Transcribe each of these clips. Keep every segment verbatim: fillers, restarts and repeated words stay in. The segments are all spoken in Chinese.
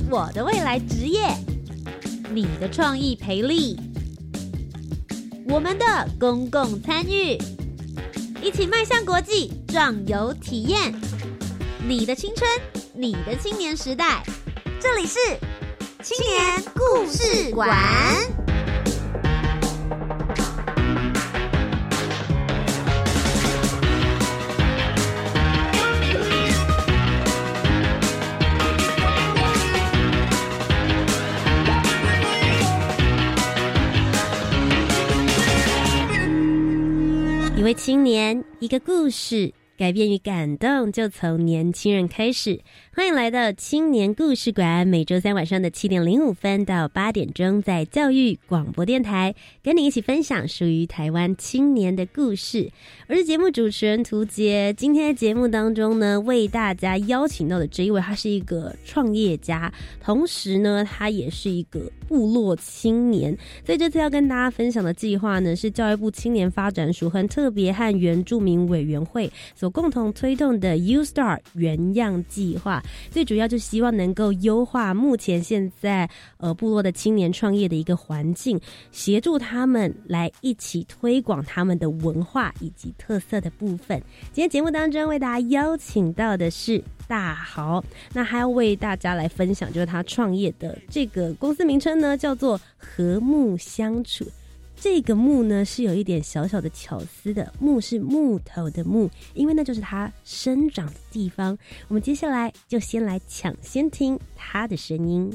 我的未来职业，你的创意培力，我们的公共参与，一起迈向国际，壮游体验。你的青春，你的青年时代，这里是青年故事馆。一位青年，一个故事，改变与感动就从年轻人开始。欢迎来到青年故事馆，每周三晚上的七点零五分到八点钟，在教育广播电台跟你一起分享属于台湾青年的故事。我是节目主持人涂杰，今天的节目当中呢，为大家邀请到的这一位，他是一个创业家，同时呢，他也是一个部落青年。所以这次要跟大家分享的计划呢，是教育部青年发展署和特别和原住民委员会所共同推动的 U Star 原样计划。最主要就希望能够优化目前现在呃部落的青年创业的一个环境，协助他们来一起推广他们的文化以及特色的部分。今天节目当中为大家邀请到的是大豪，那还要为大家来分享就是他创业的这个公司名称呢，叫做和睦相处。这个木呢是有一点小小的巧思的，木是木头的木，因为那就是它生长的地方。我们接下来就先来抢先听它的声音。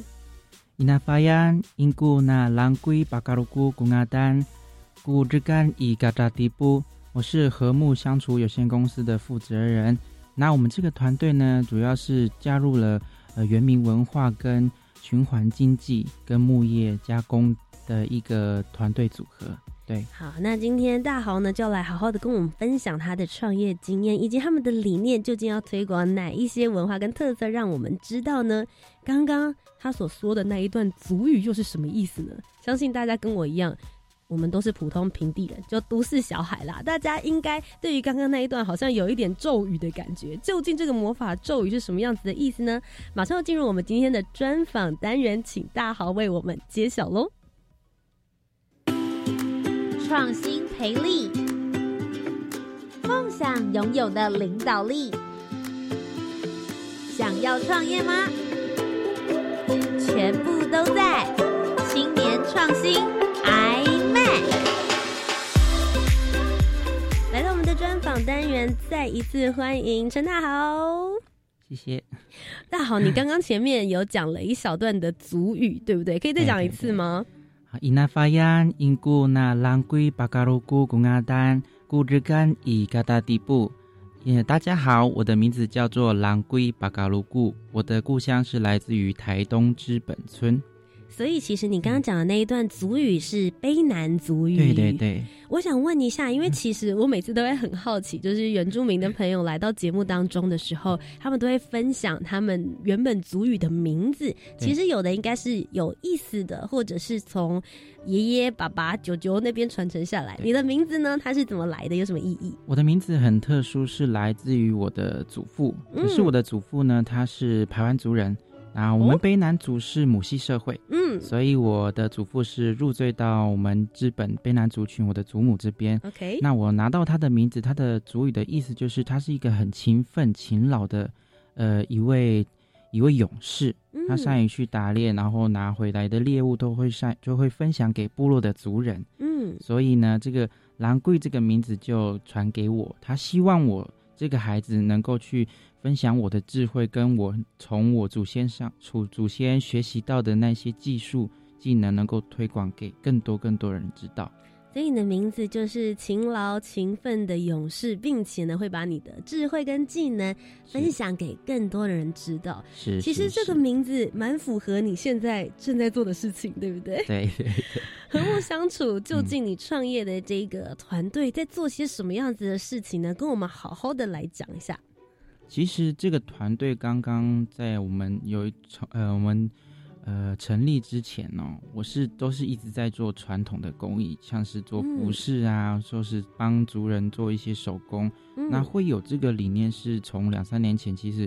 Inafayan ingku na langkui bakaruku gungadan gudrigan i gadatipu， 我是和睦相处有限公司的负责人。那我们这个团队呢，主要是加入了呃原民文化跟循环经济跟木业加工的一个团队组合。对， 好，那今天大豪呢就来好好的跟我们分享他的创业经验，以及他们的理念究竟要推广哪一些文化跟特色，让我们知道呢？刚刚他所说的那一段族语又是什么意思呢？相信大家跟我一样，我们都是普通平地人，就都市小孩啦，大家应该对于刚刚那一段好像有一点咒语的感觉。究竟这个魔法咒语是什么样子的意思呢？马上要进入我们今天的专访单元，请大豪为我们揭晓咯。创新培力，梦想拥有的领导力，想要创业吗？全部都在青年创新 I M A C。 来到我们的专访单元，再一次欢迎陈大豪。 谢谢。 大豪，你刚刚前面有讲了一小段的族语，对不对？可以再讲一次吗？ Inafayan ingku na langkui bakaruku gungadan gudrigan i gadatipu。大家好，我的名字叫做朗龟巴嘎鲁固，我的故乡是来自于台东知本村。 所以其实你刚刚讲的那一段族语是卑南族语。 对对对。 我想问一下，因为其实我每次都会很好奇，就是原住民的朋友来到节目当中的时候，他们都会分享他们原本族语的名字，其实有的应该是有意思的，或者是从爷爷爸爸舅舅那边传承下来。你的名字呢，它是怎么来的，有什么意义？ 我的名字很特殊，是来自于我的祖父。可是我的祖父呢，他是排湾族人，那我们卑南族是母系社会，嗯，所以我的祖父是入赘到我们知本卑南族群，我的祖母这边。 OK， 那我拿到他的名字，他的族语的意思就是他是一个很勤奋、勤劳的，呃，一位一位勇士。他善于去打猎，然后拿回来的猎物都会善就会分享给部落的族人。嗯，所以呢，这个狼贵这个名字就传给我，他希望我这个孩子能够去分享我的智慧，跟我从我祖先上祖祖先学习到的那些技术技能，能够推广给更多更多人知道。 所以你的名字就是勤劳勤奋的勇士，并且呢会把你的智慧跟技能分享给更多的人知道。 是， 其实这个名字蛮符合你现在正在做的事情，对不对？ 对对对。 和睦相处，究竟你创业的这个团队在做些什么样子的事情呢？跟我们好好的来讲一下。 其实这个团队刚刚在我们有一呃我们呃成立之前哦，我是都是一直在做传统的工艺，像是做服饰啊，嗯、说是帮族人做一些手工。嗯、那会有这个理念是从两三年前，其实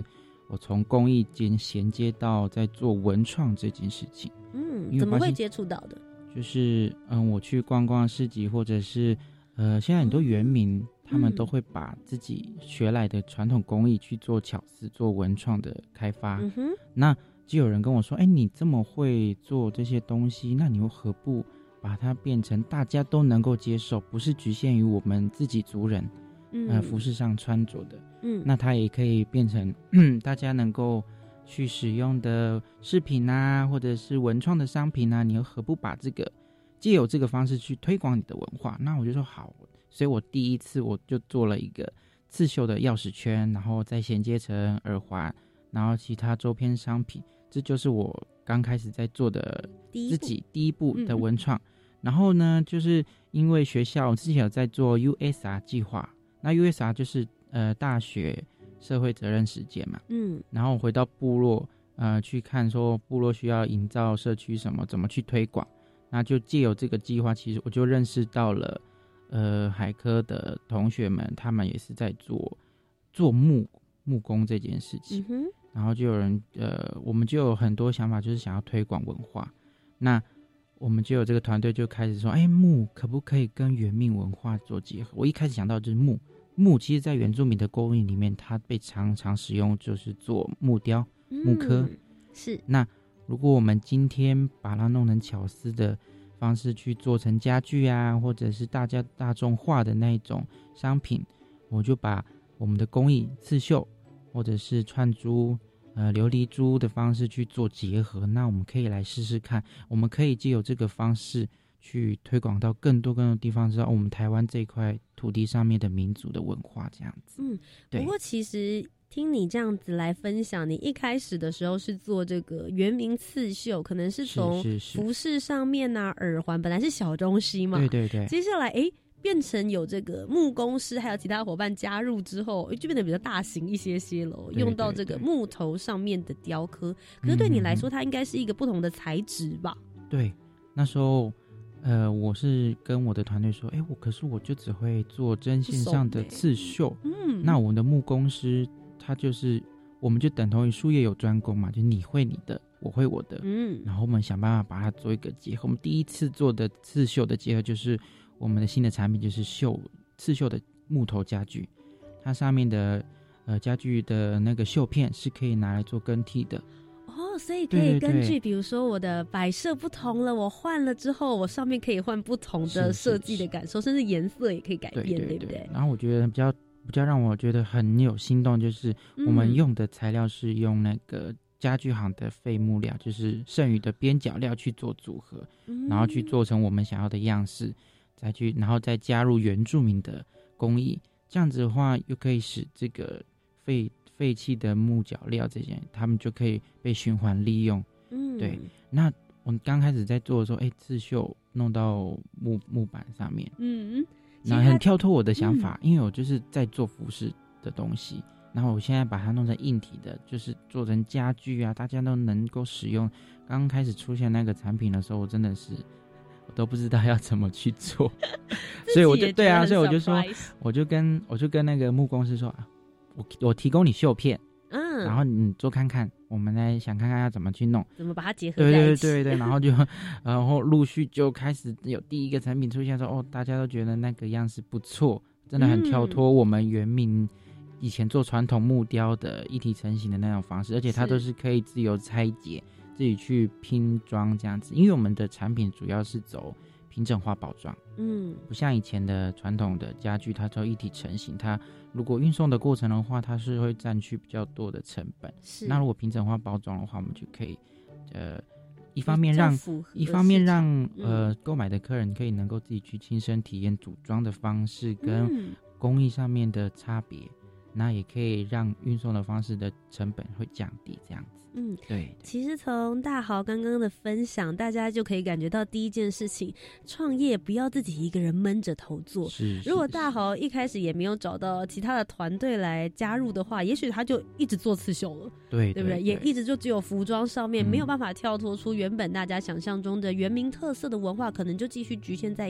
我从工艺间衔接到在做文创这件事情。 嗯，怎么会接触到的？ 就是嗯，我去逛逛市集，或者是呃，现在很多原民、嗯、他们都会把自己学来的传统工艺去做巧思、做文创的开发。嗯哼，那就有人跟我说：“哎，你这么会做这些东西，那你又何不把它变成大家都能够接受，不是局限于我们自己族人，嗯、呃，服饰上穿着的。嗯，那它也可以变成大家能够去使用的饰品啊，或者是文创的商品啊，你又何不把这个藉由这个方式去推广你的文化？”那我就说好，所以我第一次我就做了一个刺绣的钥匙圈，然后再衔接成耳环，然后其他周边商品，这就是我刚开始在做的自己第一步的文创。嗯、然后呢，就是因为学校之前有在做 U S R 计划，那 U S R 就是呃大学社会责任实践嘛，嗯，然后回到部落，呃，去看说部落需要营造社区什么，怎么去推广，那就借由这个计划，其实我就认识到了，呃，海科的同学们，他们也是在做做木木工这件事情，嗯、然后就有人，呃，我们就有很多想法，就是想要推广文化，那我们就有这个团队就开始说，哎，木可不可以跟原民文化做结合？我一开始想到就是木。木其实在原住民的工艺里面，它被常常使用就是做木雕、木刻、嗯、 是。 那如果我们今天把它弄成巧思的方式去做成家具啊，或者是大家大众化的那种商品，我就把我们的工艺刺绣或者是串珠、呃琉璃珠的方式去做结合，那我们可以来试试看，我们可以藉由这个方式去推广到更多更多地方，知道我们台湾这一块土地上面的民族的文化这样子。 嗯，不过其实听你这样子来分享，你一开始的时候是做这个原民刺绣，可能是从服饰上面啊，耳环本来是小东西嘛， 对对对， 接下来哎变成有这个木工师还有其他伙伴加入之后，就变得比较大型一些些了，用到这个木头上面的雕刻。可是对你来说，它应该是一个不同的材质吧？ 对，那时候。呃，我是跟我的团队说，哎，我可是我就只会做针线上的刺绣，嗯，那我们的木工师他就是我们就等同于术业有专攻嘛，就你会你的，我会我的，嗯，然后我们想办法把它做一个结合。我们第一次做的刺绣的结合就是我们的新的产品，就是绣刺绣的木头家具，它上面的呃家具的那个绣片是可以拿来做更替的。 哦，所以可以根据比如说我的摆设不同了，我换了之后，我上面可以换不同的设计的感受，甚至颜色也可以改变， 对, 对, 对, 对不对？ 然后我觉得比较比较让我觉得很有心动，就是我们用的材料是用那个家具行的废木料，就是剩余的边角料去做组合，嗯、然后去做成我们想要的样式，再去然后再加入原住民的工艺，这样子的话又可以使这个废废弃的木角料这些，他们就可以被循环利用。嗯，对。那我刚开始在做的时候，哎，刺绣弄到木木板上面，嗯，然后很跳脱我的想法，嗯、因为我就是在做服饰的东西，然后我现在把它弄成硬体的，就是做成家具啊，大家都能够使用。刚开始出现那个产品的时候，我真的是我都不知道要怎么去做，所以我就对啊，所以我就说，我就跟我就跟那个木工师说啊。我, 我提供你绣片，嗯，然后你做看看，我们来想看看要怎么去弄， 怎么把它结合在一起。对对对对，然后就，然后陆续就开始有第一个产品出现说，哦，大家都觉得那个样式不错，真的很跳脱我们原民以前做传统木雕的一体成型的那种方式，而且它都是可以自由拆解，自己去拼装这样子。因为我们的产品主要是走平整化包装，嗯，不像以前的传统的家具，它都一体成型，它如果运送的过程的话，它是会占据比较多的成本。是，那如果平整化包装的话，我们就可以，呃，一方面让一方面让呃购买的客人可以能够自己去亲身体验组装的方式跟工艺上面的差别，嗯、那也可以让运送的方式的成本会降低，这样子。嗯，对。 其实从大豪刚刚的分享，大家就可以感觉到第一件事情，创业不要自己一个人闷着头做。是。如果大豪一开始也没有找到其他的团队来加入的话，也许他就一直做刺绣了。对，对不对？对，也一直就只有服装上面，嗯、没有办法跳脱出原本大家想象中的原民特色的文化，可能就继续局限在一个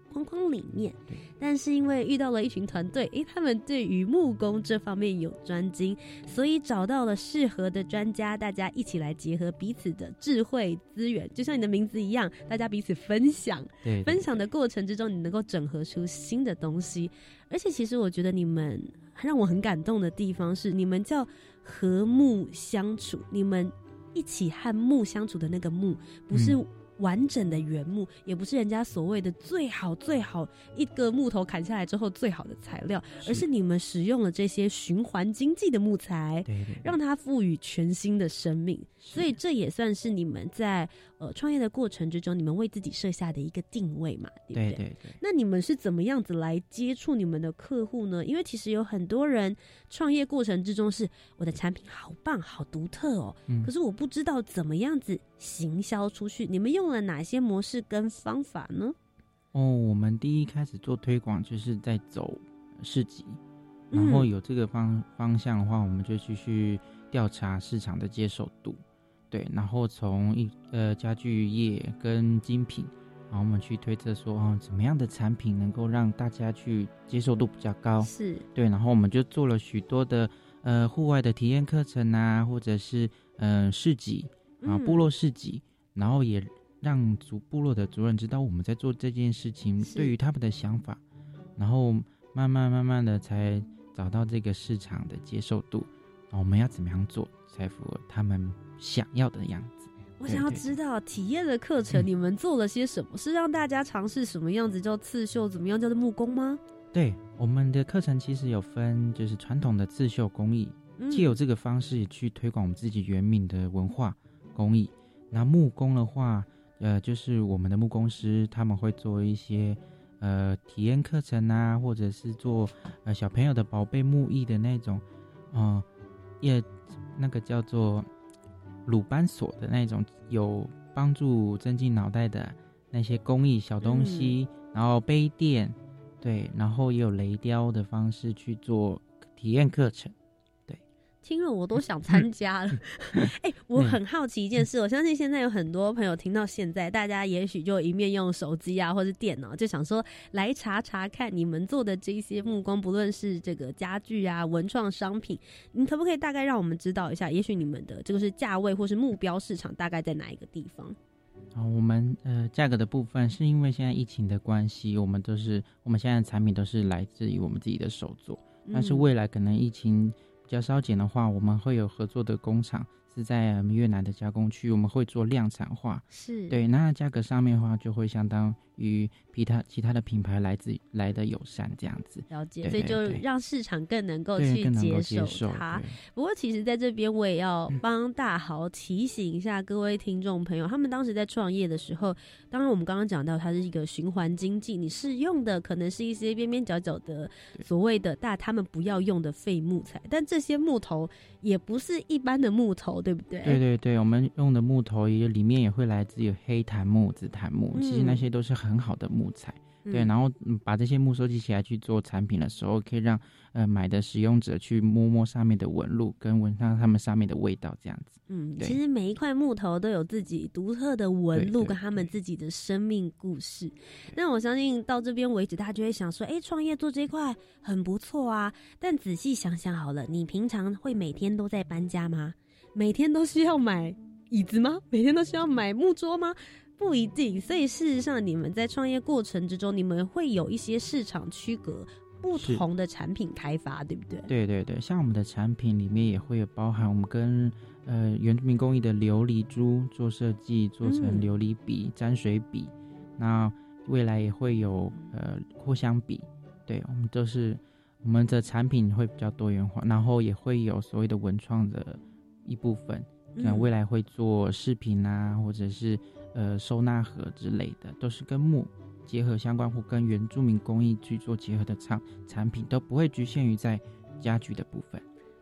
框框里面，但是因为遇到了一群团队，诶，他们对于木工这方面有专精，所以找到了适合的专家，大家一起来结合彼此的智慧资源，就像你的名字一样，大家彼此分享，对对对，分享的过程之中，你能够整合出新的东西。而且其实我觉得你们让我很感动的地方是，你们叫和睦相处，你们一起和木相处的那个木，不是完整的原木，也不是人家所谓的最好最好一个木头砍下来之后最好的材料，而是你们使用了这些循环经济的木材，对对对，让它赋予全新的生命。所以这也算是你们在呃创业的过程之中，你们为自己设下的一个定位嘛，对不对？对对对。那你们是怎么样子来接触你们的客户呢？因为其实有很多人创业过程之中是我的产品好棒好独特哦、嗯，可是我不知道怎么样子行销出去，你们用了哪些模式跟方法呢？ 哦，我们第一开始做推广就是在走市集，然后有这个方方向的话，我们就继续调查市场的接受度，对，然后从一呃家具业跟精品，然后我们去推测说，哦，怎么样的产品能够让大家去接受度比较高，是对，然后我们就做了许多的呃户外的体验课程啊，或者是呃市集啊，部落市集，嗯，然后也让族部落的族人知道我们在做这件事情，对于他们的想法，然后慢慢慢慢的才找到这个市场的接受度，然后我们要怎么样做才符合他们想要的样子。 我想要知道体验的课程你们做了些什么、嗯、是让大家尝试什么样子叫刺绣，怎么样叫做木工吗？ 对，我们的课程其实有分就是传统的刺绣工艺，藉由这个方式去推广我们自己原民的文化工艺。那木工的话呃，就是我们的木工师他们会做一些呃体验课程啊，或者是做呃小朋友的宝贝木艺的那种嗯、呃，也那个叫做鲁班锁的那种有帮助增进脑袋的那些工艺小东西、嗯、然后杯垫，对，然后也有雷雕的方式去做体验课程。 听了我都想参加了。哎、欸，我很好奇一件事，我相信现在有很多朋友听到现在，大家也许就一面用手机啊或是电脑，就想说来查查看你们做的这些木工，不论是这个家具啊、文创商品，你可不可以大概让我们知道一下，也许你们的这个是价位或是目标市场大概在哪一个地方？ 好，我们呃价格的部分是因为现在疫情的关系，我们都是我们现在的产品都是来自于我们自己的手作，但是未来可能疫情比较稍减的话，我们会有合作的工厂是在越南的加工区，我们会做量产化，是对，那价格上面的话就会相当于其他其他的品牌来自来的友善这样子， 了解，所以就让市场更能够去接受它。不过其实在这边我也要帮大豪提醒一下各位听众朋友、嗯、他们当时在创业的时候，当然我们刚刚讲到它是一个循环经济，你是用的可能是一些边边角角的所谓的大他们不要用的废木材，但这些木头也不是一般的木头，对不对？ 对对对，我们用的木头也里面也会来自于黑檀木、紫檀木、嗯、其实那些都是很好的木材，对，然后把这些木收集起来去做产品的时候，可以让呃买的使用者去摸摸上面的纹路，跟闻上他们上面的味道，这样子。 嗯，其实每一块木头都有自己独特的纹路跟他们自己的生命故事。那我相信到这边为止，大家就会想说，哎，创业做这一块很不错啊。但仔细想想好了，你平常会每天都在搬家吗？每天都需要买椅子吗？每天都需要买木桌吗？不一定。所以事实上你们在创业过程之中，你们会有一些市场区隔不同的产品开发，对不对？ 对对对，像我们的产品里面也会有包含我们跟呃原住民工艺的琉璃珠做设计，做成琉璃笔、嗯、沾水笔，那未来也会有呃扩香笔，对，我们都是我们的产品会比较多元化，然后也会有所谓的文创的一部分，嗯，未来会做饰品啊，或者是呃收纳盒之类的，都是跟木结合相关或跟原住民工艺去做结合的产产品，都不会局限于在家具的部分。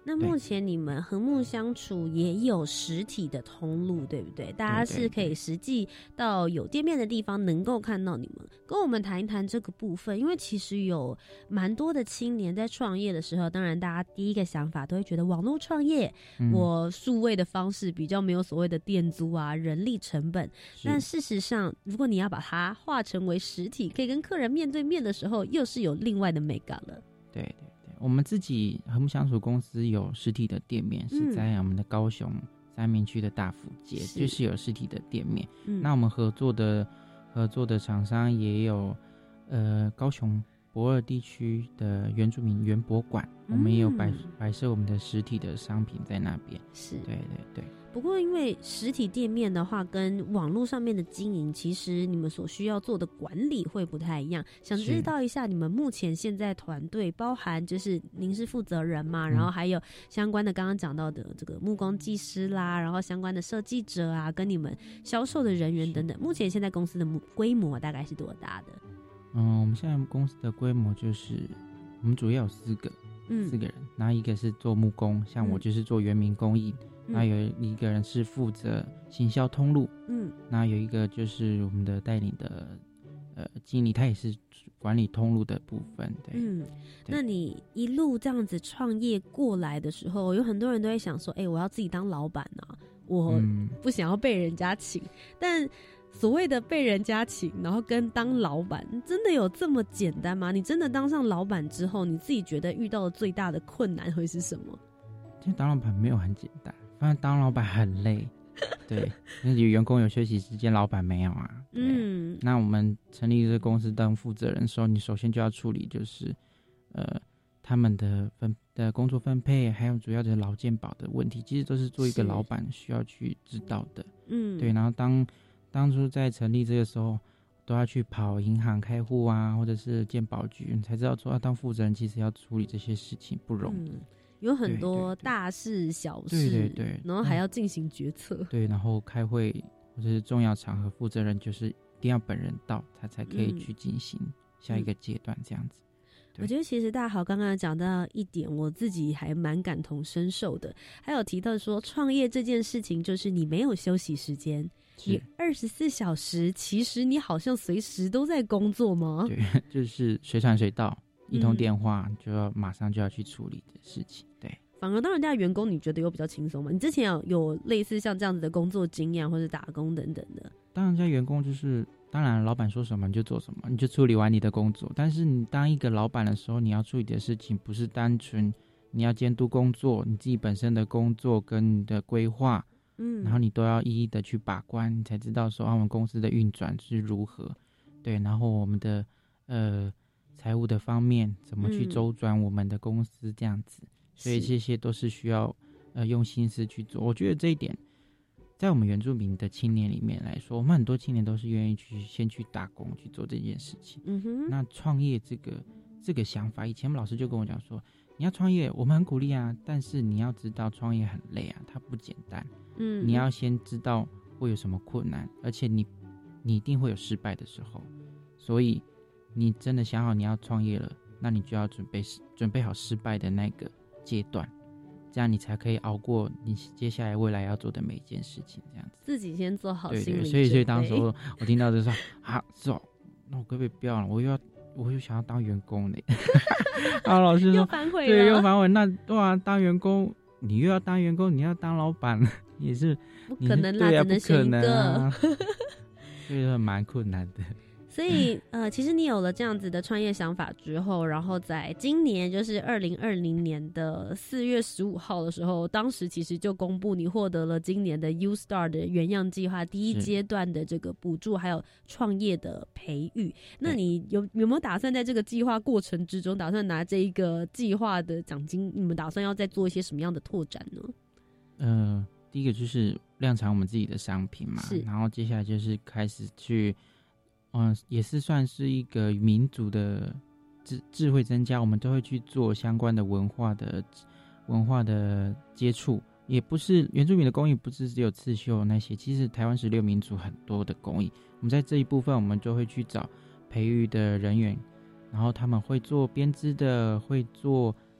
那目前你们和睦相处也有实体的通路，对不对？大家是可以实际到有店面的地方能够看到你们。跟我们谈一谈这个部分，因为其实有蛮多的青年在创业的时候，当然大家第一个想法都会觉得网络创业，嗯、我数位的方式比较没有所谓的店租啊、人力成本。但事实上，如果你要把它化成为实体，可以跟客人面对面的时候，又是有另外的美感了。 对对。我们自己和睦相处公司有实体的店面，是在我们的高雄三民区的大福街，是就是有实体的店面。嗯、那我们合作的合作的厂商也有，呃，高雄博尔地区的原住民原博馆，嗯、我们也有摆摆设我们的实体的商品在那边。 是， 对对对。 不过因为实体店面的话跟网络上面的经营，其实你们所需要做的管理会不太一样，想知道一下你们目前现在团队包含就是您是负责人嘛、嗯、然后还有相关的刚刚讲到的这个木工技师啦，然后相关的设计者啊，跟你们销售的人员等等，目前现在公司的规模大概是多大的？ 嗯，我们现在公司的规模就是我们主要有四个嗯，四个人，然后一个是做木工，像我就是做原民工艺，那、嗯、有一个人是负责行销通路，嗯，那有一个就是我们的带领的呃经理，他也是管理通路的部分。对， 嗯，那你一路这样子创业过来的时候，有很多人都会想说，哎、欸，我要自己当老板啊，我不想要被人家请，嗯、但所谓的被人家请，然后跟当老板，真的有这么简单吗？你真的当上老板之后，你自己觉得遇到的最大的困难会是什么？ 其实当老板没有很简单，反正当老板很累。对，因为员工有休息时间，老板没有啊。嗯，那我们成立这个公司当负责人的时候，你首先就要处理就是呃他们的分的工作分配，还有主要的劳健保的问题，其实都是做一个老板需要去知道的。嗯，对，然后当当初在成立这个时候，都要去跑银行开户啊，或者是健保局，你才知道说要当负责人，其实要处理这些事情不容易。嗯， 有很多大事小事， 对对对， 然后还要进行决策。 嗯、对，然后开会或者是重要场合，负责人就是一定要本人到，他才可以去进行下一个阶段，这样子。嗯嗯、我觉得其实大豪刚刚讲到一点，我自己还蛮感同身受的。还有提到说，创业这件事情就是你没有休息时间，你二十四小时，其实你好像随时都在工作吗？ 对，就是随传随到。一通电话就要马上就要去处理的事情。对， 反而当人家员工，你觉得有比较轻松吗？你之前有有类似像这样子的工作经验或者打工等等的？ 当人家员工就是当然老板说什么你就做什么，你就处理完你的工作。但是你当一个老板的时候，你要处理的事情不是单纯你要监督工作，你自己本身的工作跟你的规划，嗯，然后你都要一一的去把关，你才知道说、啊、我们公司的运转是如何。对，然后我们的呃财务的方面怎么去周转我们的公司这样子、嗯、所以这些都是需要呃用心思去做。我觉得这一点在我们原住民的青年里面来说，我们很多青年都是愿意去先去打工去做这件事情。嗯哼，那创业这个这个想法，以前我们老师就跟我讲说，你要创业我们很鼓励啊，但是你要知道创业很累啊，它不简单。嗯，你要先知道会有什么困难，而且你你一定会有失败的时候，所以你真的想好你要创业了，那你就要准备准备好失败的那个阶段，这样你才可以熬过你接下来未来要做的每一件事情。这样子自己先做好心理准备。 对对，所以所以当时我听到就说啊，是哦，那我可不可以不要了？我又要我又想要当员工呢。然后老师说又反悔了， 对，又反悔。那对啊，当员工你又要当员工，你要当老板也是不可能啦， 对啊， 只能选一个， 不可能啊，所以蛮困难的。 所以呃，其实你有了这样子的创业想法之后，然后在今年就是二零二零年的四月十五号的时候，当时其实就公布你获得了今年的 U Star 的原样计划第一阶段的这个补助，还有创业的培育。那你有有没有打算在这个计划过程之中，打算拿这一个计划的奖金，你们打算要再做一些什么样的拓展呢？ 呃，第一个就是量产我们自己的商品嘛，然后接下来就是开始去。嗯，也是算是一个民族的智智慧增加，我们都会去做相关的文化的文化的接触，也不是原住民的工艺，不是只有刺绣那些，其实台湾十六民族很多的工艺，我们在这一部分我们就会去找培育的人员，然后他们会做编织的，会做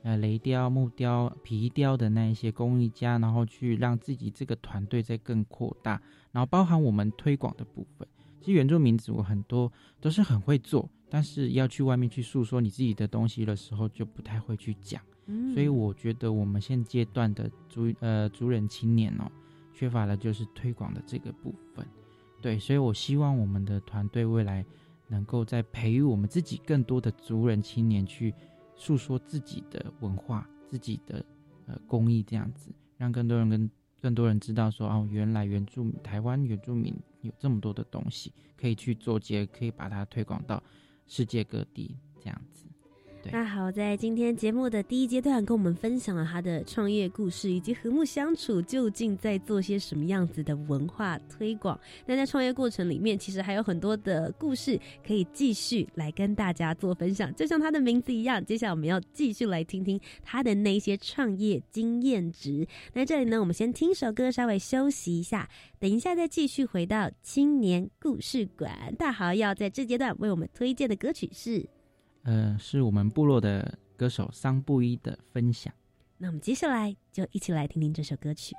呃雷雕、木雕、皮雕的那一些工艺家，然后去让自己这个团队再更扩大，然后包含我们推广的部分。其实原住民族很多都是很会做，但是要去外面去诉说你自己的东西的时候，就不太会去讲。嗯，所以我觉得我们现阶段的族呃族人青年哦，缺乏的就是推广的这个部分。对，所以我希望我们的团队未来能够再培育我们自己更多的族人青年去诉说自己的文化、自己的呃工艺，这样子，让更多人跟更多人知道说哦，原来原住民台湾原住民有这么多的东西可以去做结，可以把它推广到世界各地，这样子。 那好，在今天节目的第一阶段跟我们分享了他的创业故事，以及和睦相处究竟在做些什么样子的文化推广。那在创业过程里面，其实还有很多的故事可以继续来跟大家做分享，就像他的名字一样，接下来我们要继续来听听他的那些创业经验值。那这里呢，我们先听首歌稍微休息一下，等一下再继续回到青年故事馆。大豪要在这阶段为我们推荐的歌曲是呃，是我们部落的歌手桑布依的分享。 那我们接下来就一起来听听这首歌曲。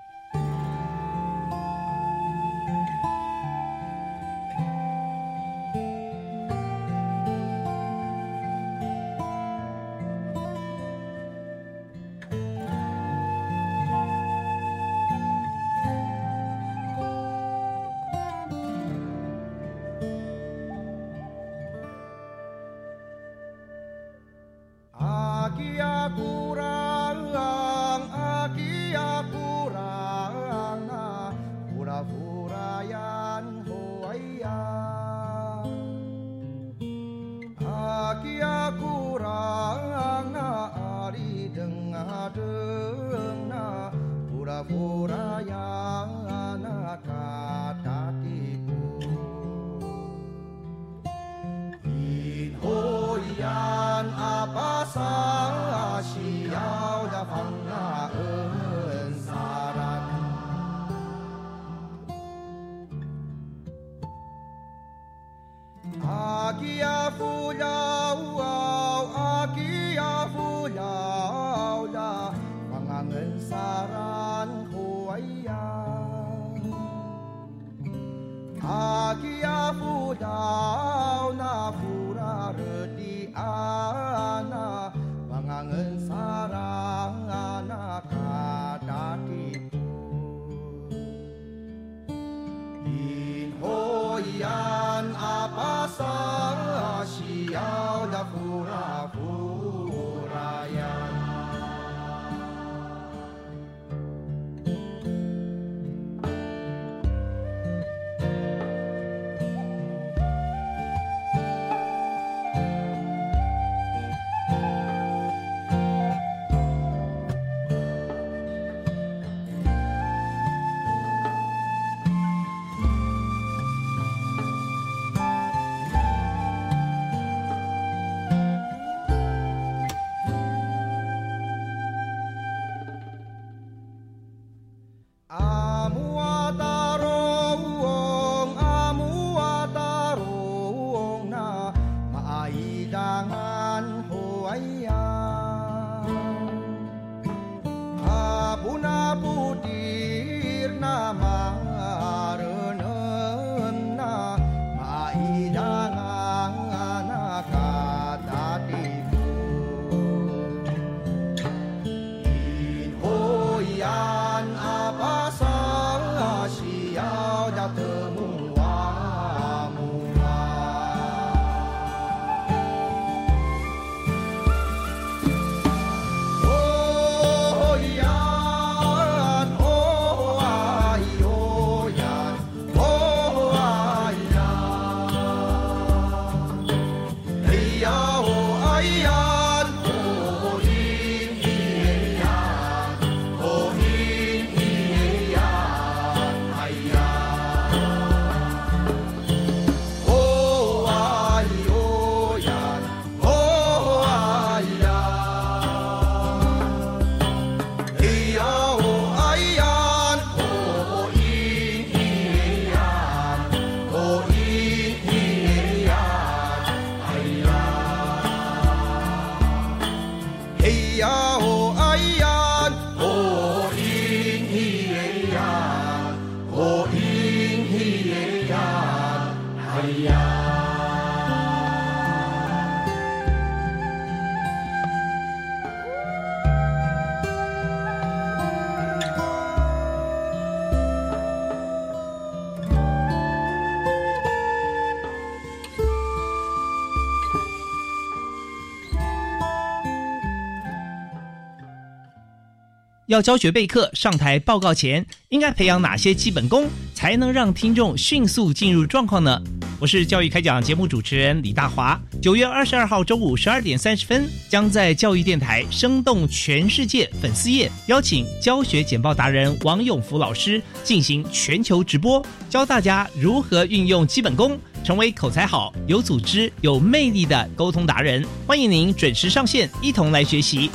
要教学备课、上台报告前，应该培养哪些基本功，才能让听众迅速进入状况呢？我是教育开讲节目主持人李大华。九月二十二号中午十二点三十分，将在教育电台生动全世界粉丝页邀请教学简报达人王永福老师进行全球直播，教大家如何运用基本功，成为口才好、有组织、有魅力的沟通达人。欢迎您准时上线，一同来学习。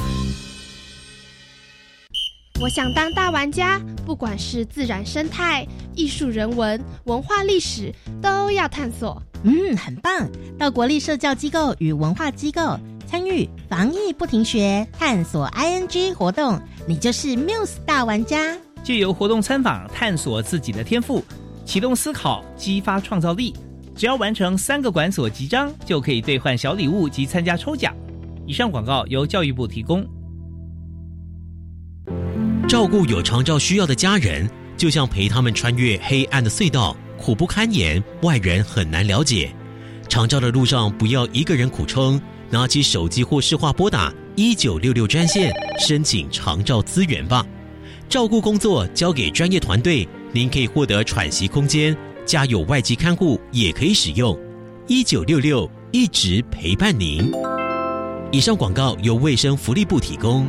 我想当大玩家，不管是自然生态、艺术人文、文化历史，都要探索。 嗯，很棒！到国立社教机构与文化机构参与防疫不停学探索 I N G 活动，你就是 Muse 大玩家。 借由活动参访，探索自己的天赋，启动思考，激发创造力。只要完成三个馆所集章，就可以兑换小礼物及参加抽奖。以上广告由教育部提供。 照顾有长照需要的家人，就像陪他们穿越黑暗的隧道，苦不堪言，外人很难了解。长照的路上，不要一个人苦撑，拿起手机或视话拨打一九六六专线，申请长照资源吧。照顾工作交给专业团队，您可以获得喘息空间，家有外籍看护也可以使用。一九六六一直陪伴您。以上广告由卫生福利部提供。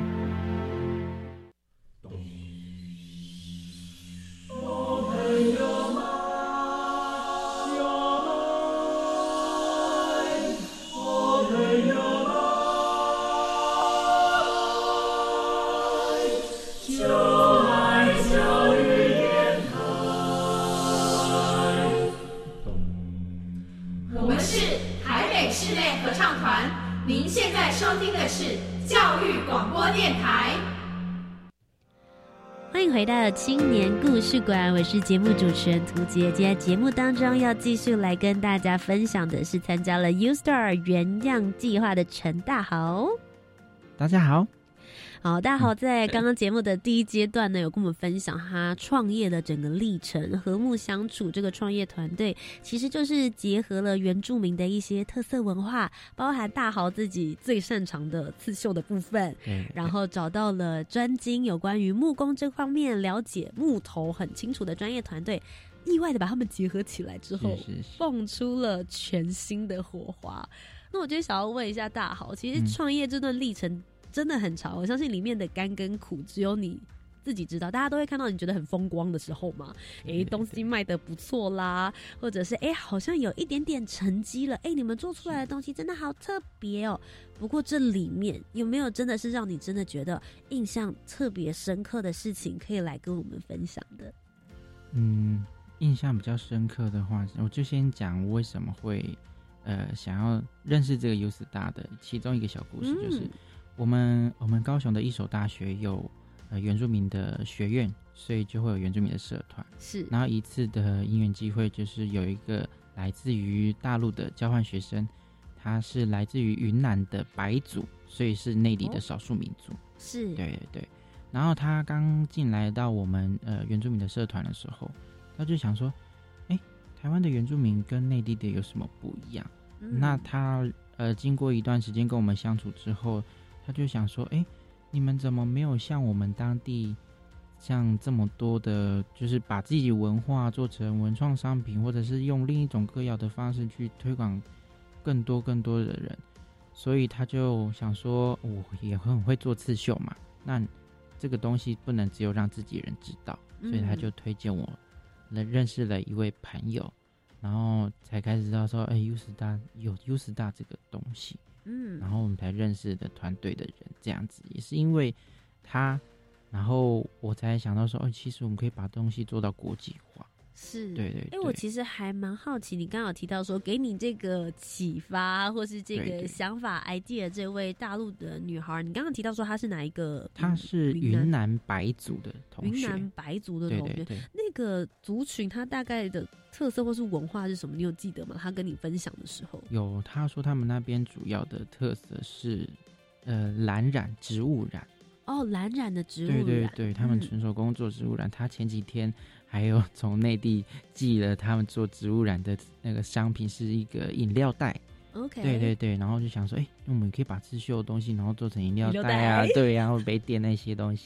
回到青年故事馆，我是节目主持人涂杰。今天节目当中要继续来跟大家分享的是参加了 U Star 原样计划的陈大豪。 大家好。 好，大豪在刚刚节目的第一阶段呢，有跟我们分享他创业的整个历程。和睦相处这个创业团队，其实就是结合了原住民的一些特色文化，包含大豪自己最擅长的刺绣的部分，然后找到了专精有关于木工这方面了解木头很清楚的专业团队，意外的把他们结合起来之后，是是是蹦出了全新的火花。那我就想要问一下大豪，其实创业这段历程真的很长，我相信里面的甘跟苦只有你自己知道。大家都会看到你觉得很风光的时候嘛，哎，东西卖得不错啦，或者是哎好像有一点点成绩了，哎，你们做出来的东西真的好特别哦。不过这里面有没有真的是让你真的觉得印象特别深刻的事情，可以来跟我们分享的？ 嗯，印象比较深刻的话，我就先讲我为什么会呃想要认识这个 U Star 的其中一个小故事，就是。嗯我们我们高雄的一所大学有呃原住民的学院，所以就会有原住民的社团。是，然后一次的因缘机会，就是有一个来自于大陆的交换学生，他是来自于云南的白族，所以是内地的少数民族。是、哦，对对对。然后他刚进来到我们呃原住民的社团的时候，他就想说，哎，台湾的原住民跟内地的有什么不一样？嗯、那他呃经过一段时间跟我们相处之后。他就想说，哎，你们怎么没有像我们当地像这么多的，就是把自己文化做成文创商品，或者是用另一种歌谣的方式去推广更多更多的人？所以他就想说，我也很会做刺绣嘛，那这个东西不能只有让自己人知道，所以他就推荐我认识了一位朋友，然后才开始知道说，哎 ，U Star 有 U Star 这个东西。嗯，然后我们才认识的团队的人，这样子也是因为他，然后我才想到说，哦，其实我们可以把东西做到国际化。是，对对对。哎， 我其实还蛮好奇，你刚刚有提到说，给你这个启发或是这个想法 idea 这位大陆的女孩，你刚刚提到说她是哪一个？ 她是云南白族的同学。 云南白族的同学，对对对，那个族群她大概的特色或是文化是什么？你有记得吗？她跟你分享的时候， 有。她说他们那边主要的特色是，呃，蓝染植物染。 哦，蓝染的植物染， 对对对，他们纯手工做植物染。他、嗯、前几天还有从内地寄了他们做植物染的那个商品，是一个饮料袋。OK， 对对对，然后就想说，哎、欸，我们可以把刺绣的东西，然后做成饮料袋啊，对啊，或杯垫那些东西，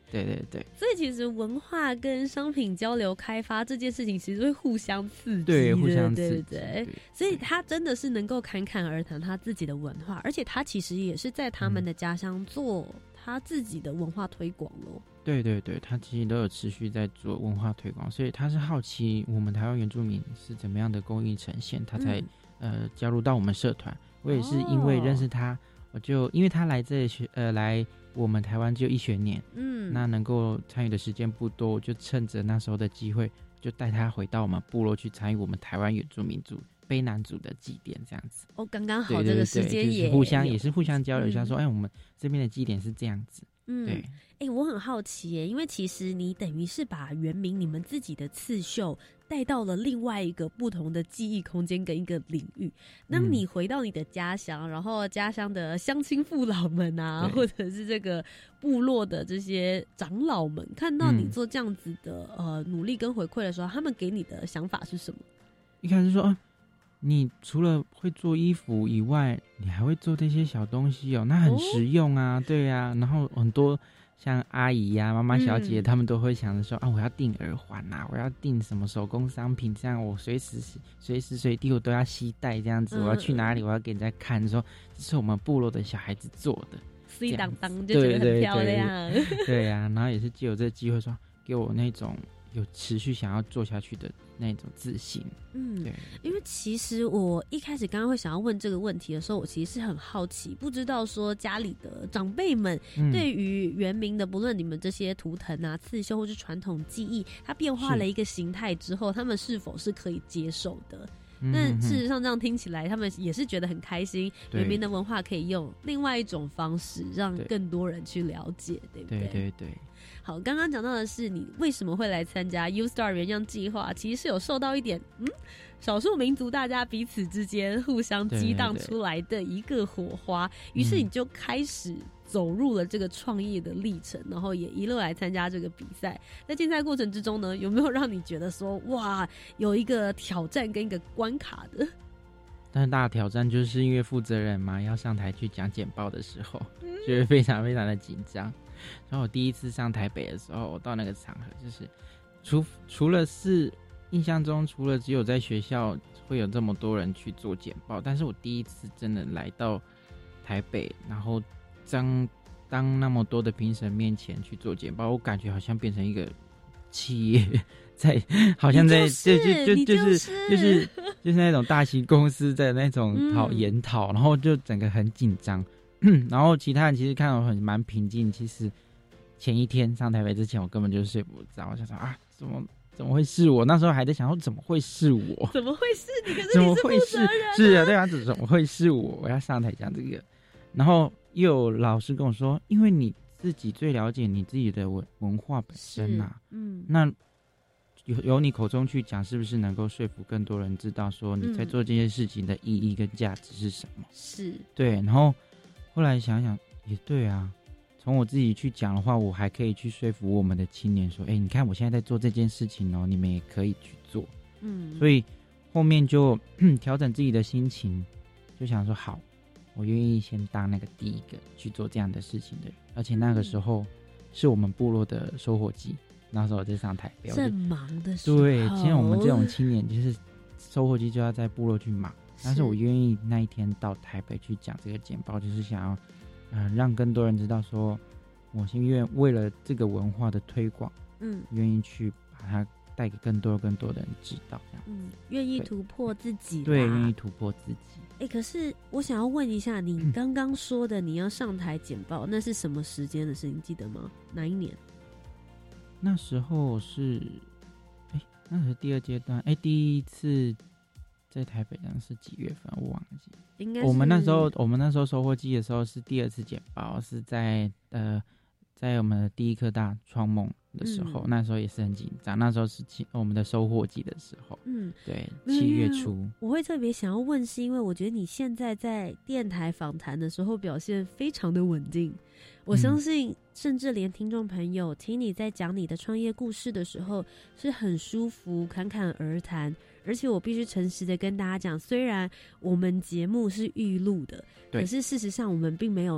对对对， 所以其实文化跟商品交流开发这件事情，其实会互相刺激， 对，互相刺激， 对对对。所以他真的是能够侃侃而谈他自己的文化，而且他其实也是在他们的家乡做他自己的文化推广咯。 对对对，他其实都有持续在做文化推广，所以他是好奇我们台湾原住民是怎么样的工艺呈现，他才、嗯、呃加入到我们社团。我也是因为认识他，哦、我就因为他来这学呃来我们台湾只有一学年，嗯，那能够参与的时间不多，我就趁着那时候的机会，就带他回到我们部落去参与我们台湾原住民族卑南族的祭典，这样子。 哦，刚刚好这个时间也、 就是、互相也是互相交流一下说，说、嗯、哎，我们这边的祭典是这样子。嗯，对， 哎、欸，我很好奇耶，因为其实你等于是把原民你们自己的刺绣带到了另外一个不同的记忆空间跟一个领域。那你回到你的家乡，嗯、然后家乡的乡亲父老们啊，或者是这个部落的这些长老们，看到你做这样子的、嗯、呃努力跟回馈的时候，他们给你的想法是什么？ 一开始说啊，你除了会做衣服以外，你还会做这些小东西哦，那很实用啊，哦、对啊。然后很多像阿姨呀、啊、妈妈小姐，他、嗯、们都会想着说啊，我要订耳环啊，我要订什么手工商品，这样我随时随时随地我都要携带这样子。嗯、我要去哪里，我要给人家看，说这是我们部落的小孩子做的， 碎当当就觉得很漂亮。 对对对对啊，然后也是藉由这个机会说，给我那种有持续想要做下去的那种自信。嗯，对， 因为其实我一开始刚刚会想要问这个问题的时候，我其实是很好奇，不知道说家里的长辈们对于原民的，不论你们这些图腾啊、刺绣或是传统技艺，它变化了一个形态之后，他们是否是可以接受的？但事实上这样听起来他们也是觉得很开心，原民的文化可以用另外一种方式让更多人去了解，对不对？ 对对对。 好，刚刚讲到的是你为什么会来参加 U Star 原样计划，其实是有受到一点嗯少数民族大家彼此之间互相激荡出来的一个火花，于是你就开始走入了这个创业的历程，然后也一路来参加这个比赛。在竞赛过程之中呢，有没有让你觉得说哇有一个挑战跟一个关卡的？ 但是大的挑战就是因为负责人嘛要上台去讲简报的时候，觉得非常非常的紧张。然后我第一次上台北的时候，我到那个场合就是除除了是印象中除了只有在学校会有这么多人去做简报，但是我第一次真的来到台北，然后当当那么多的评审面前去做简报，我感觉好像变成一个企业在，好像在就就就就是就是就是那种大型公司在那种讨研讨，然后就整个很紧张。然后其他人其实看我很蛮平静，其实前一天上台北之前我根本就睡不着，我想说啊怎么怎么会是我？那时候还在想说怎么会是我？ 怎么会是你？可是你是负责人、啊、 是啊，对啊，怎么会是我？我要上台讲这个，然后又有老师跟我说，因为你自己最了解你自己的文文化本身啊，嗯，那由由你口中去讲，是不是能够说服更多人知道说你在做这件事情的意义跟价值是什么？ 是对，然后。后来想想也对啊，从我自己去讲的话，我还可以去说服我们的青年说，哎、欸，你看我现在在做这件事情哦，你们也可以去做。嗯，所以后面就调整自己的心情，就想说好，我愿意先当那个第一个去做这样的事情的人。而且那个时候是我们部落的收获季，那时候我在上台表正忙的时候， 对，其实我们这种青年就是收获季就要在部落去忙。但是我愿意那一天到台北去讲这个简报，就是想要，呃，让更多人知道说，我是愿为了这个文化的推广，嗯，愿意去把它带给更多更多的人知道，这样， 嗯，愿意突破自己， 对，愿意突破自己。 哎、欸，可是我想要问一下，你刚刚说的你要上台简报，嗯、那是什么时间的事？你记得吗？哪一年？ 那时候是，哎、欸，那是第二阶段，哎、欸，第一次。在台北上是几月份我忘记， 应该是我们那时候我们那时候收获季的时候是第二次简报，是在呃在我们的第一科大创梦的时候、嗯、那时候也是很紧张，那时候是我们的收获季的时候，嗯，对，七月初。 我会特别想要问，是因为我觉得你现在在电台访谈的时候表现非常的稳定，我相信、嗯、甚至连听众朋友听你在讲你的创业故事的时候是很舒服，侃侃而谈。而且我必须诚实的跟大家讲，虽然我们节目是预录的，可是事实上我们并没有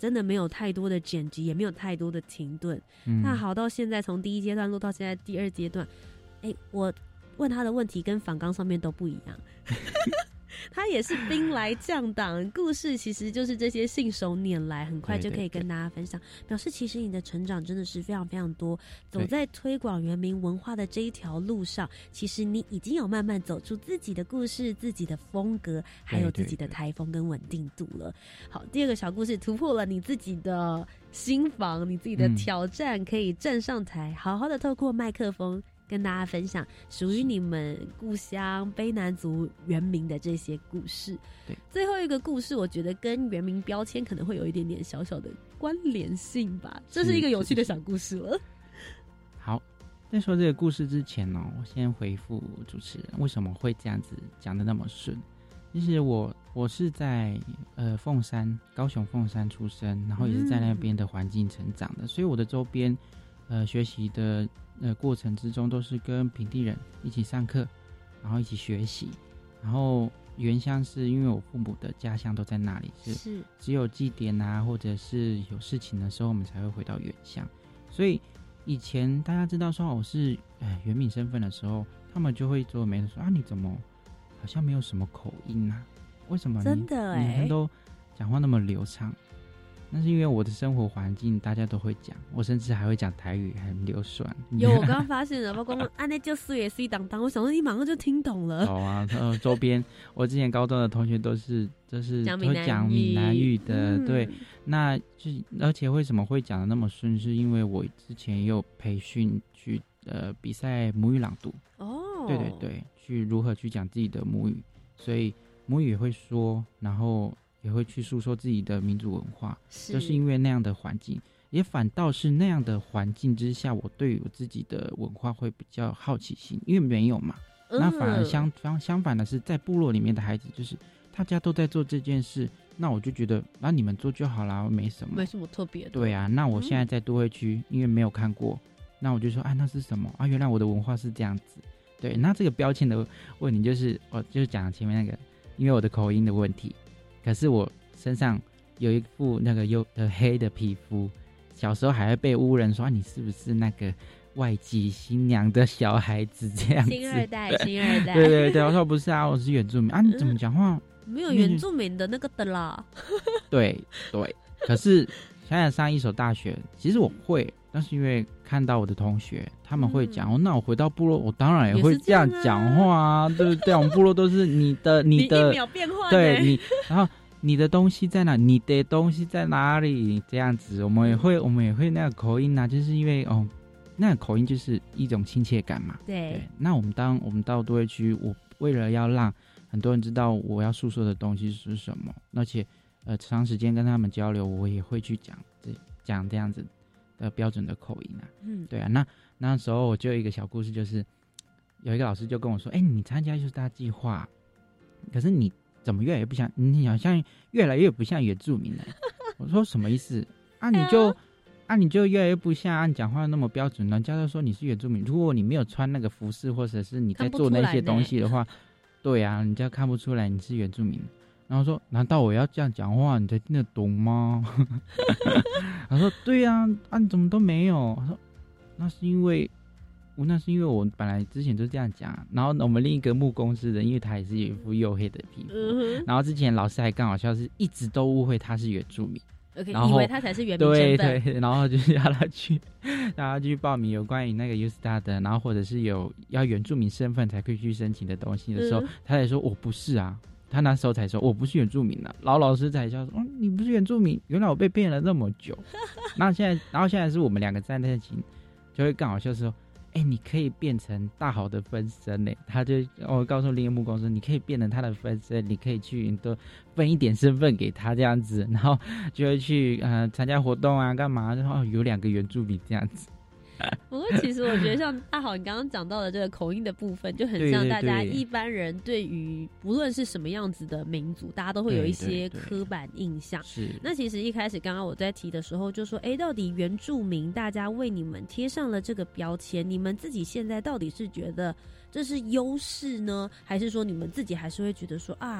真的没有太多的剪辑，也没有太多的停顿。嗯、那好，到现在从第一阶段录到现在第二阶段，哎，我问他的问题跟访纲上面都不一样。他也是兵来将挡，故事其实就是这些信手拈来，很快就可以跟大家分享。对对对，表示其实你的成长真的是非常非常多，走在推广原民文化的这一条路上，其实你已经有慢慢走出自己的故事、自己的风格，还有自己的台风跟稳定度了。对对对，好，第二个小故事突破了你自己的心防，你自己的挑战，嗯、可以站上台，好好的透过麦克风。跟大家分享属于你们故乡卑南族原民的这些故事。对，最后一个故事，我觉得跟原民标签可能会有一点点小小的关联性吧。这是一个有趣的小故事了。 好，在说这个故事之前呢、哦，我先回复主持人为什么会这样子讲得那么顺。其实我我是在呃凤山，高雄凤山出生，然后也是在那边的环境成长的，嗯、所以我的周边呃学习的。呃，过程之中都是跟平地人一起上课，然后一起学习。然后原乡是因为我父母的家乡都在那里，是只有祭典啊，或者是有事情的时候，我们才会回到原乡。所以以前大家知道说我是呃原民身份的时候，他们就会皱眉头说啊，你怎么好像没有什么口音啊？为什么你真的欸， 你们都讲话那么流畅？那是因为我的生活环境大家都会讲，我甚至还会讲台语，很流爽。 有，我刚刚发现了，包括啊，那就水也水当当，我想说你马上就听懂了。 有啊，呃，周边我之前高中的同学都是就是会讲闽南语的，嗯、对，那就而且为什么会讲的那么顺，是因为我之前也有培训去呃比赛母语朗读。哦，对对对，去如何去讲自己的母语，所以母语也会说，然后。也会去诉说自己的民族文化，是就是因为那样的环境，也反倒是那样的环境之下，我对我自己的文化会比较好奇心，因为没有嘛。嗯、那反而相相相反的是，在部落里面的孩子，就是大家都在做这件事，那我就觉得，那、啊、你们做就好啦，没什么， 没什么特别的。 对啊，那我现在在都会区，嗯、因为没有看过，那我就说，哎，那是什么啊？原来我的文化是这样子。对，那这个标签的问题就是，我就是讲前面那个，因为我的口音的问题。可是我身上有一副那个黝的黑的皮肤，小时候还会被污人说、啊、你是不是那个外籍新娘的小孩子这样子？ 新二代，新二代。 对对对，我说不是啊，我是原住民啊，你怎么讲话、 嗯？没有原住民的那个的啦。 对对，可是想想上一所大学，其实我会，但是因为看到我的同学他们会讲、嗯哦，那我回到部落，我当然也会这样讲话啊，对不对？我们部落都是你的，你的， 你一秒变换， 对你，然后你的东西在哪？你的东西在哪里？这样子，我们也会，我们也会那个口音啊，就是因为哦，那个口音就是一种亲切感嘛。 对， 对那我们当我们到都会区，我为了要让很多人知道我要诉说的东西是什么，而且呃长时间跟他们交流，我也会去讲这讲这样子的标准的口音啊。嗯，对啊，那那时候我就有一个小故事，就是有一个老师就跟我说：“哎、欸，你参加艺术大计划，可是你怎么越来越不像，你好像越来越不像原住民了。”我说：“什么意思？啊，你就啊，你就越来越不像啊，你讲话那么标准，人家都说你是原住民。如果你没有穿那个服饰，或者是你在做那些东西的话，对啊，人家看不出来你是原住民。”然后说：“难道我要这样讲话，你才听得懂吗？”他说：“对呀、啊，啊，你怎么都没有？”他说：“那是因为，我那是因为我本来之前就这样讲。然后我们另一个木工师的，因为他也是有一副黝黑的皮肤，嗯、然后之前老师还刚好像是一直都误会他是原住民。” OK， 然后以为他才是原民身份， 对对，然后就是让他去，让他去报名有关于那个 U S T A 的，然后或者是有要原住民身份才可以去申请的东西的时候，嗯、他才说我不是啊，他那时候才说我不是原住民啊，然后老师才笑说，哦，你不是原住民，原来我被骗了那么久。那现在，然后现在是我们两个站在一起，就会刚好就是说，哎、欸，你可以变成大好的分身嘞，他就我告诉另一木公司，你可以变成他的分身，你可以去都分一点身份给他这样子，然后就会去呃参加活动啊，干嘛？然后有两个原住民这样子。 不过其实我觉得像大好你刚刚讲到的这个口音的部分，就很像大家一般人对于不论是什么样子的民族，大家都会有一些刻板印象。是。那其实一开始刚刚我在提的时候就说，哎，到底原住民大家为你们贴上了这个标签，你们自己现在到底是觉得这是优势呢，还是说你们自己还是会觉得说啊，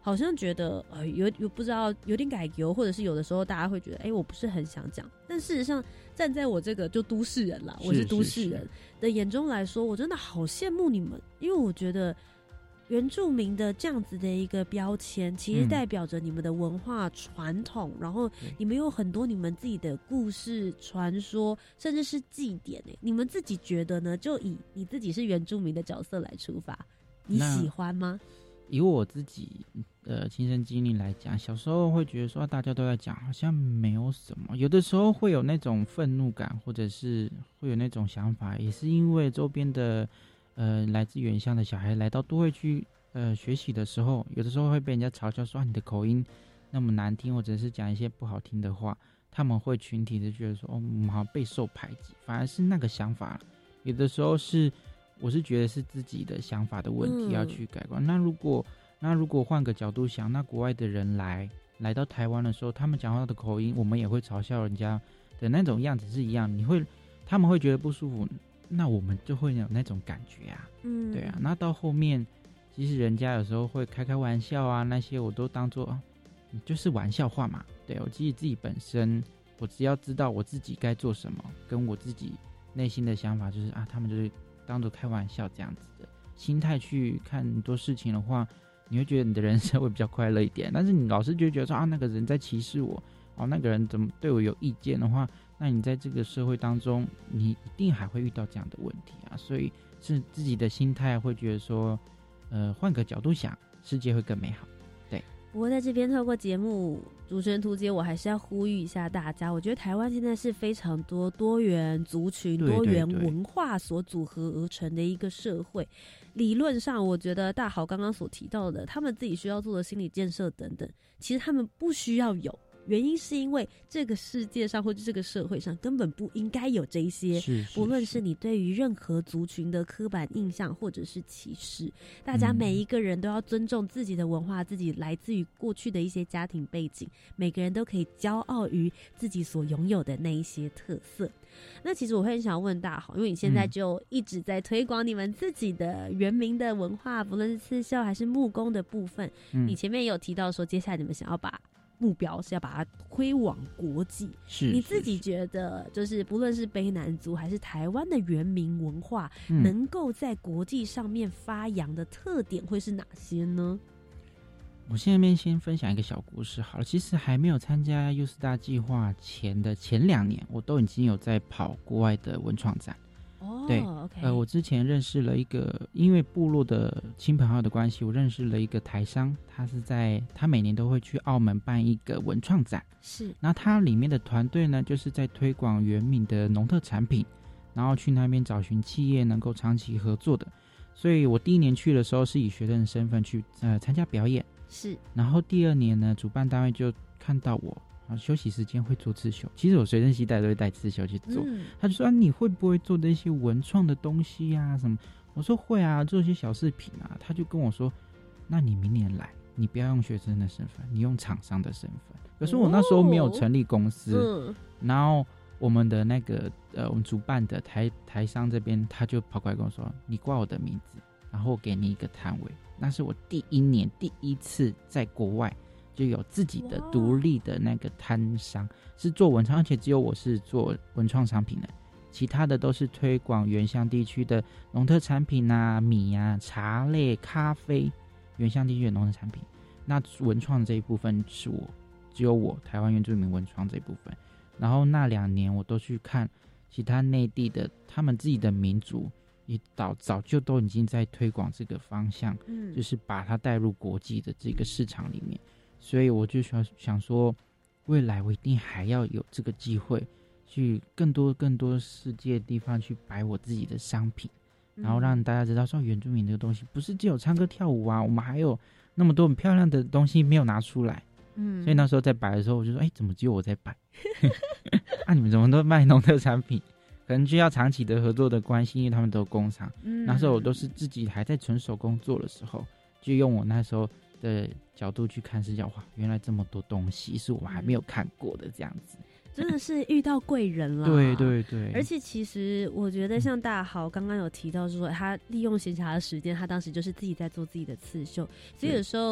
好像觉得呃有有不知道有点改油，或者是有的时候大家会觉得哎、欸、我不是很想讲，但事实上站在我这个就都市人啦，我是都市人的眼中来说，我真的好羡慕你们，因为我觉得原住民的这样子的一个标签其实代表着你们的文化传统、嗯、然后你们有很多你们自己的故事传说甚至是祭典，你们自己觉得呢？就以你自己是原住民的角色来出发，你喜欢吗？ 以我自己的亲身经历来讲，小时候会觉得说大家都在讲好像没有什么，有的时候会有那种愤怒感，或者是会有那种想法，也是因为周边的呃来自原乡的小孩来到都会区呃学习的时候，有的时候会被人家嘲笑说、啊、你的口音那么难听，或者是讲一些不好听的话，他们会群体的觉得说哦我们好像备受排挤，反而是那个想法有的时候是我是觉得是自己的想法的问题要去改观、嗯、那如果那如果换个角度想，那国外的人来来到台湾的时候，他们讲话的口音我们也会嘲笑人家的那种样子是一样，你会他们会觉得不舒服，那我们就会有那种感觉啊，嗯，对啊，那到后面其实人家有时候会开开玩笑啊，那些我都当作、啊、就是玩笑话嘛，对，我其实自己本身我只要知道我自己该做什么，跟我自己内心的想法就是啊，他们就是当作开玩笑这样子的心态去看很多事情的话，你会觉得你的人生会比较快乐一点。但是你老是就觉得说啊，那个人在歧视我，哦，那个人怎么对我有意见的话，那你在这个社会当中，你一定还会遇到这样的问题啊。所以是自己的心态会觉得说，呃，换个角度想，世界会更美好。对。 不过在这边透过节目主持人图杰，我还是要呼吁一下大家，我觉得台湾现在是非常多多元族群、 对对对多元文化所组合而成的一个社会。理论上，我觉得大豪刚刚所提到的，他们自己需要做的心理建设等等，其实他们不需要有。原因是因为这个世界上或者这个社会上根本不应该有这一些， 是是是不论是你对于任何族群的刻板印象或者是歧视，大家每一个人都要尊重自己的文化，自己来自于过去的一些家庭背景，每个人都可以骄傲于自己所拥有的那一些特色。那其实我会很想问大豪，因为你现在就一直在推广你们自己的原民的文化，不论是刺绣还是木工的部分、嗯、你前面也有提到说接下来你们想要把目标是要把它推往国际， 是你自己觉得就是不论是卑南族还是台湾的原民文化、嗯、能够在国际上面发扬的特点会是哪些呢？ 我现在先分享一个小故事好了。其实还没有参加 U 四 大计划前的前两年，我都已经有在跑国外的文创展。 哦， 对 okay 呃，我之前认识了一个，因为部落的亲朋好友的关系，我认识了一个台商，他是在他每年都会去澳门办一个文创展， 是， 那他里面的团队呢，就是在推广原民的农特产品，然后去那边找寻企业能够长期合作的。所以我第一年去的时候是以学生的身份去呃参加表演， 是， 然后第二年呢，主办单位就看到我啊，休息时间会做刺绣，其实我随身携带都会带刺绣去做、嗯、他就说、啊、你会不会做的一些文创的东西啊什么，我说会啊，做一些小饰品啊。他就跟我说，那你明年来，你不要用学生的身份，你用厂商的身份。可是我那时候没有成立公司、哦嗯、然后我们的那个呃，我们主办的台台商这边他就跑过来跟我说，你挂我的名字，然后我给你一个摊位。那是我第一年第一次在国外就有自己的独立的那个摊商，是做文创，而且只有我是做文创商品的，其他的都是推广原乡地区的农特产品啊、米啊、茶类、咖啡，原乡地区的农特产品。那文创这一部分是我，只有我台湾原住民文创这一部分。然后那两年我都去看其他内地的他们自己的民族，也早早就都已经在推广这个方向、嗯、就是把它带入国际的这个市场里面。所以我就想想说，未来我一定还要有这个机会，去更多更多世界的地方去摆我自己的商品，然后让大家知道说，原住民这个东西不是只有唱歌跳舞啊，我们还有那么多很漂亮的东西没有拿出来。嗯，所以那时候在摆的时候，我就说，哎、欸，怎么只有我在摆？啊，你们怎么都卖农特产品？可能就要长期的合作的关系，因为他们都有工厂。嗯，那时候我都是自己还在纯手工做的时候，就用我那时候的角度去看视角，哇，原来这么多东西是我还没有看过的，这样子。 真的是遇到贵人了。 对对对。 而且其实我觉得像大豪刚刚有提到说，他利用闲暇的时间，他当时就是自己在做自己的刺绣，所以有时候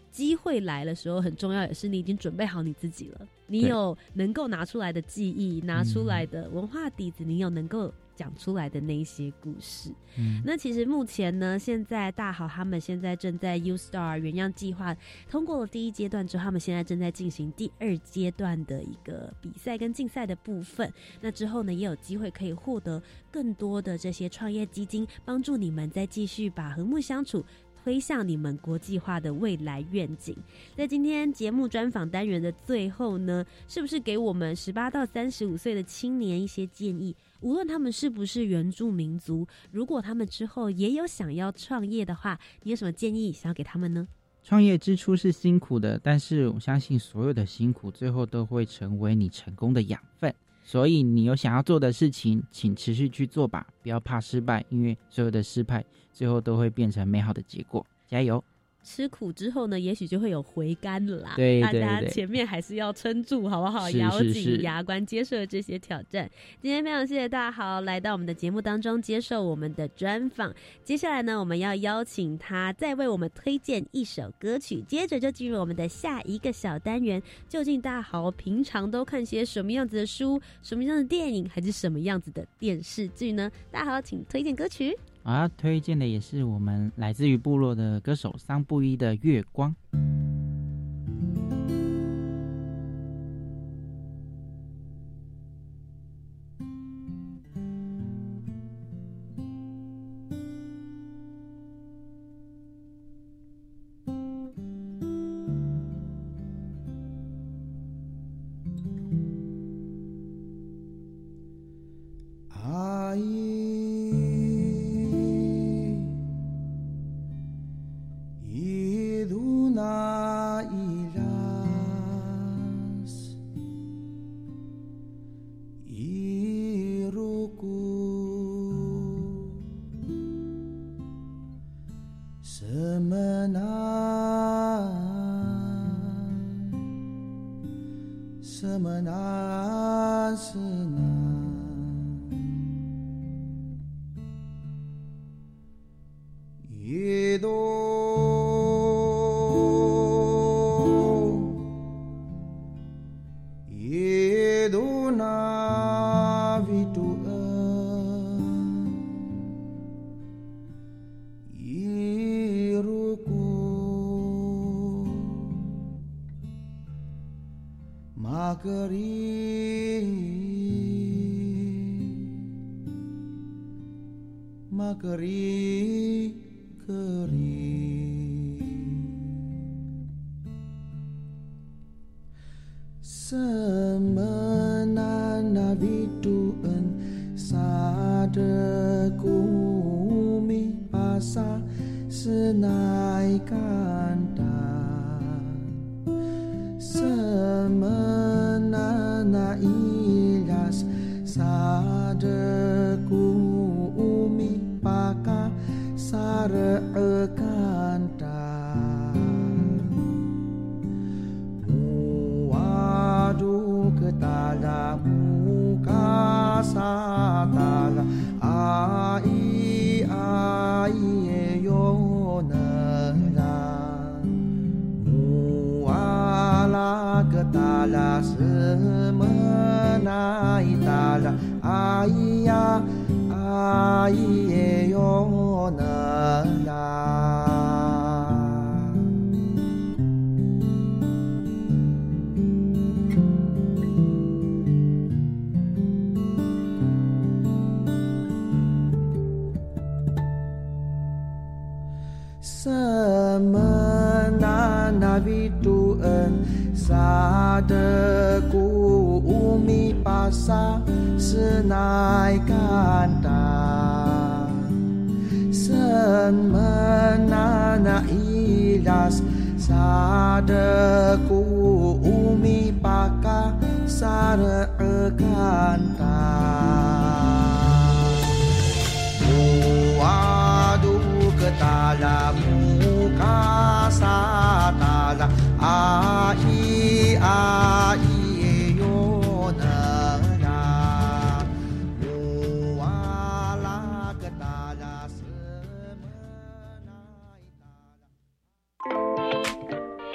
机会来的时候，很重要也是你已经准备好你自己了，你有能够拿出来的记忆，拿出来的文化底子，你有能够讲出来的那一些故事。嗯，那其实目前呢，现在大豪他们现在正在 U Star 原样计划通过了第一阶段之后，他们现在正在进行第二阶段的一个比赛跟竞赛的部分。那之后呢，也有机会可以获得更多的这些创业基金，帮助你们再继续把和睦相处推向你们国际化的未来愿景。在今天节目专访单元的最后呢，是不是给我们十八到三十五岁的青年一些建议？无论他们是不是原住民族，如果他们之后也有想要创业的话，你有什么建议想要给他们呢？ 创业之初是辛苦的，但是我相信所有的辛苦最后都会成为你成功的养分。所以你有想要做的事情，请持续去做吧，不要怕失败，因为所有的失败最后都会变成美好的结果。加油！ 吃苦之后呢，也许就会有回甘了啦。 对对对， 大家前面还是要撑住，好不好？咬紧牙关接受这些挑战。今天非常谢谢大豪来到我们的节目当中接受我们的专访。接下来呢，我们要邀请他再为我们推荐一首歌曲，接着就进入我们的下一个小单元。究竟大豪平常都看些什么样子的书、什么样的电影，还是什么样子的电视剧呢？大豪，请推荐歌曲。 我要推荐的也是我们来自于部落的歌手桑布伊的《月光》。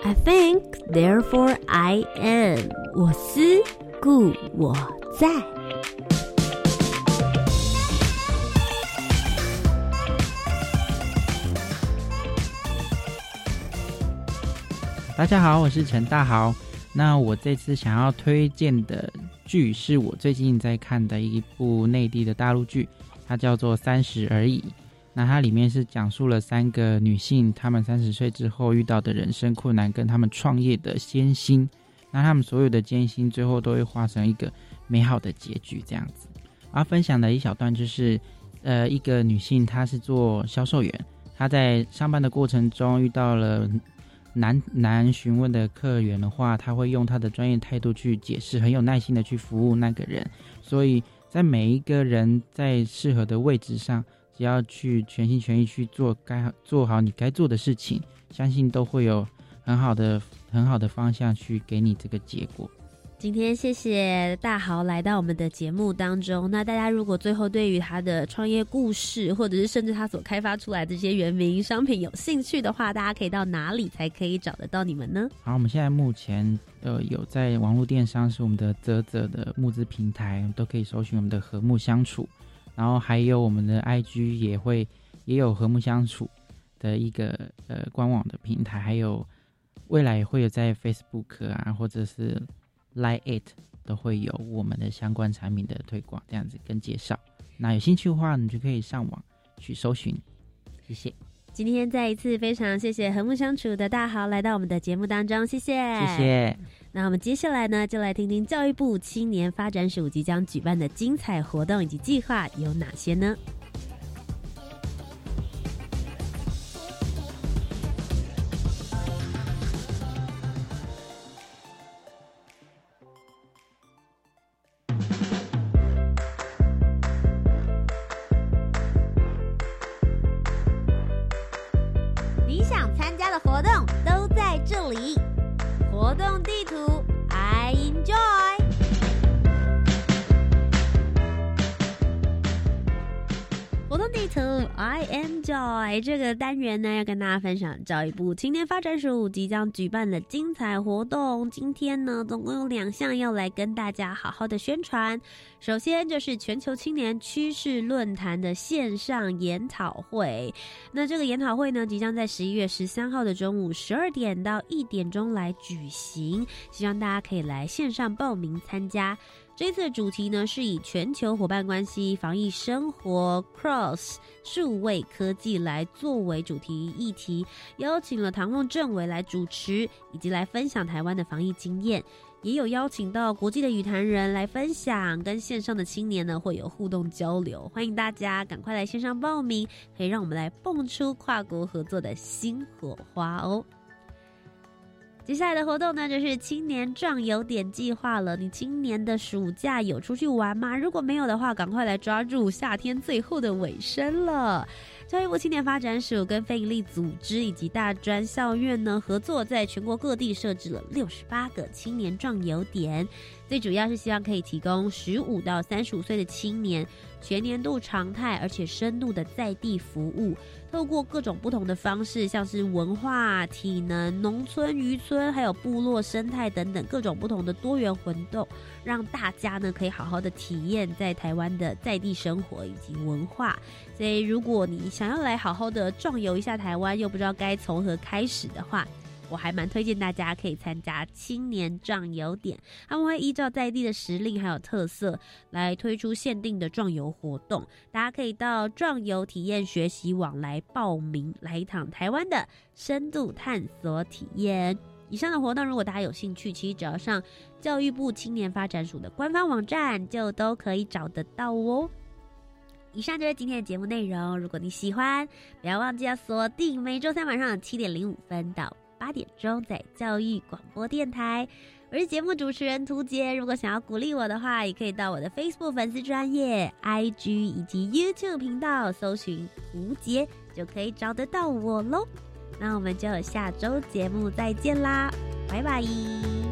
I think, therefore I am. 我思故我在。 大家好，我是陈大豪。那我这次想要推荐的剧是我最近在看的一部内地的大陆剧，它叫做《三十而已》。那它里面是讲述了三个女性，她们三十岁之后遇到的人生困难，跟她们创业的艰辛。那她们所有的艰辛，最后都会化成一个美好的结局，这样子。然后分享的一小段就是，呃，一个女性她是做销售员，她在上班的过程中遇到了难难询问的客源的话，她会用她的专业态度去解释，很有耐心的去服务那个人。所以在每一个人在适合的位置上，只要去全心全意去做该做好你该做的事情，相信都会有很好的很好的方向去给你这个结果。 今天谢谢大豪来到我们的节目当中。那大家如果最后对于他的创业故事，或者是甚至他所开发出来的这些原名商品有兴趣的话，大家可以到哪里才可以找得到你们呢？ 好，我们现在目前呃有在网络电商是我们的嘖嘖的募资平台，都可以搜寻我们的和睦相处，然后还有我们的 I G 也会也有和睦相处的一个呃官网的平台，还有未来也会有在 Facebook 啊或者是Line It 都会有我们的相关产品的推广，这样子跟介绍。那有兴趣的话，你就可以上网去搜寻。谢谢。 今天再一次非常谢谢和睦相处的大豪来到我们的节目当中，谢谢。 谢谢。 那我们接下来呢，就来听听教育部青年发展署即将举办的精彩活动以及计划有哪些呢？ 你想参加的活动都在这里，活动地图 I enjoy。 活动地图 I enjoy 这个单元呢，要跟大家分享教育部青年发展署即将举办的精彩活动。今天呢，总共有两项要来跟大家好好的宣传。首先就是全球青年趋势论坛的线上研讨会。那这个研讨会呢，即将在十一月十三号的中午十二点到一点钟来举行，希望大家可以来线上报名参加。这一次的主题呢，是以全球伙伴关系、防疫生活、Cross 数位科技来作为主题议题，邀请了唐凤政委来主持，以及来分享台湾的防疫经验，也有邀请到国际的语坛人来分享，跟线上的青年呢会有互动交流。欢迎大家赶快来线上报名，可以让我们来蹦出跨国合作的新火花哦。接下来的活动呢，就是青年壮游点计划了。你今年的暑假有出去玩吗？如果没有的话，赶快来抓住夏天最后的尾声了。教育部青年发展署跟非营利组织以及大专校院呢合作，在全国各地设置了六十八个青年壮游点，最主要是希望可以提供十五到三十五岁的青年全年度常态而且深度的在地服务，透过各种不同的方式，像是文化、体能、农村、渔村，还有部落生态等等各种不同的多元活动，让大家呢可以好好的体验在台湾的在地生活以及文化。所以如果你想要来好好的壮游一下台湾，又不知道该从何开始的话，我还蛮推荐大家可以参加青年壮游点，他们会依照在地的时令还有特色来推出限定的壮游活动，大家可以到壮游体验学习网来报名，来一趟台湾的深度探索体验。以上的活动如果大家有兴趣，其实只要上教育部青年发展署的官方网站就都可以找得到哦。以上就是今天的节目内容，如果你喜欢，不要忘记要锁定每周三晚上的七点零五分到八点钟在教育广播电台。我是节目主持人涂杰，如果想要鼓励我的话，也可以到我的 Facebook 粉丝专页、I G 以及 YouTube 频道搜寻涂杰，就可以找得到我咯。那我们就下周节目再见啦，拜拜。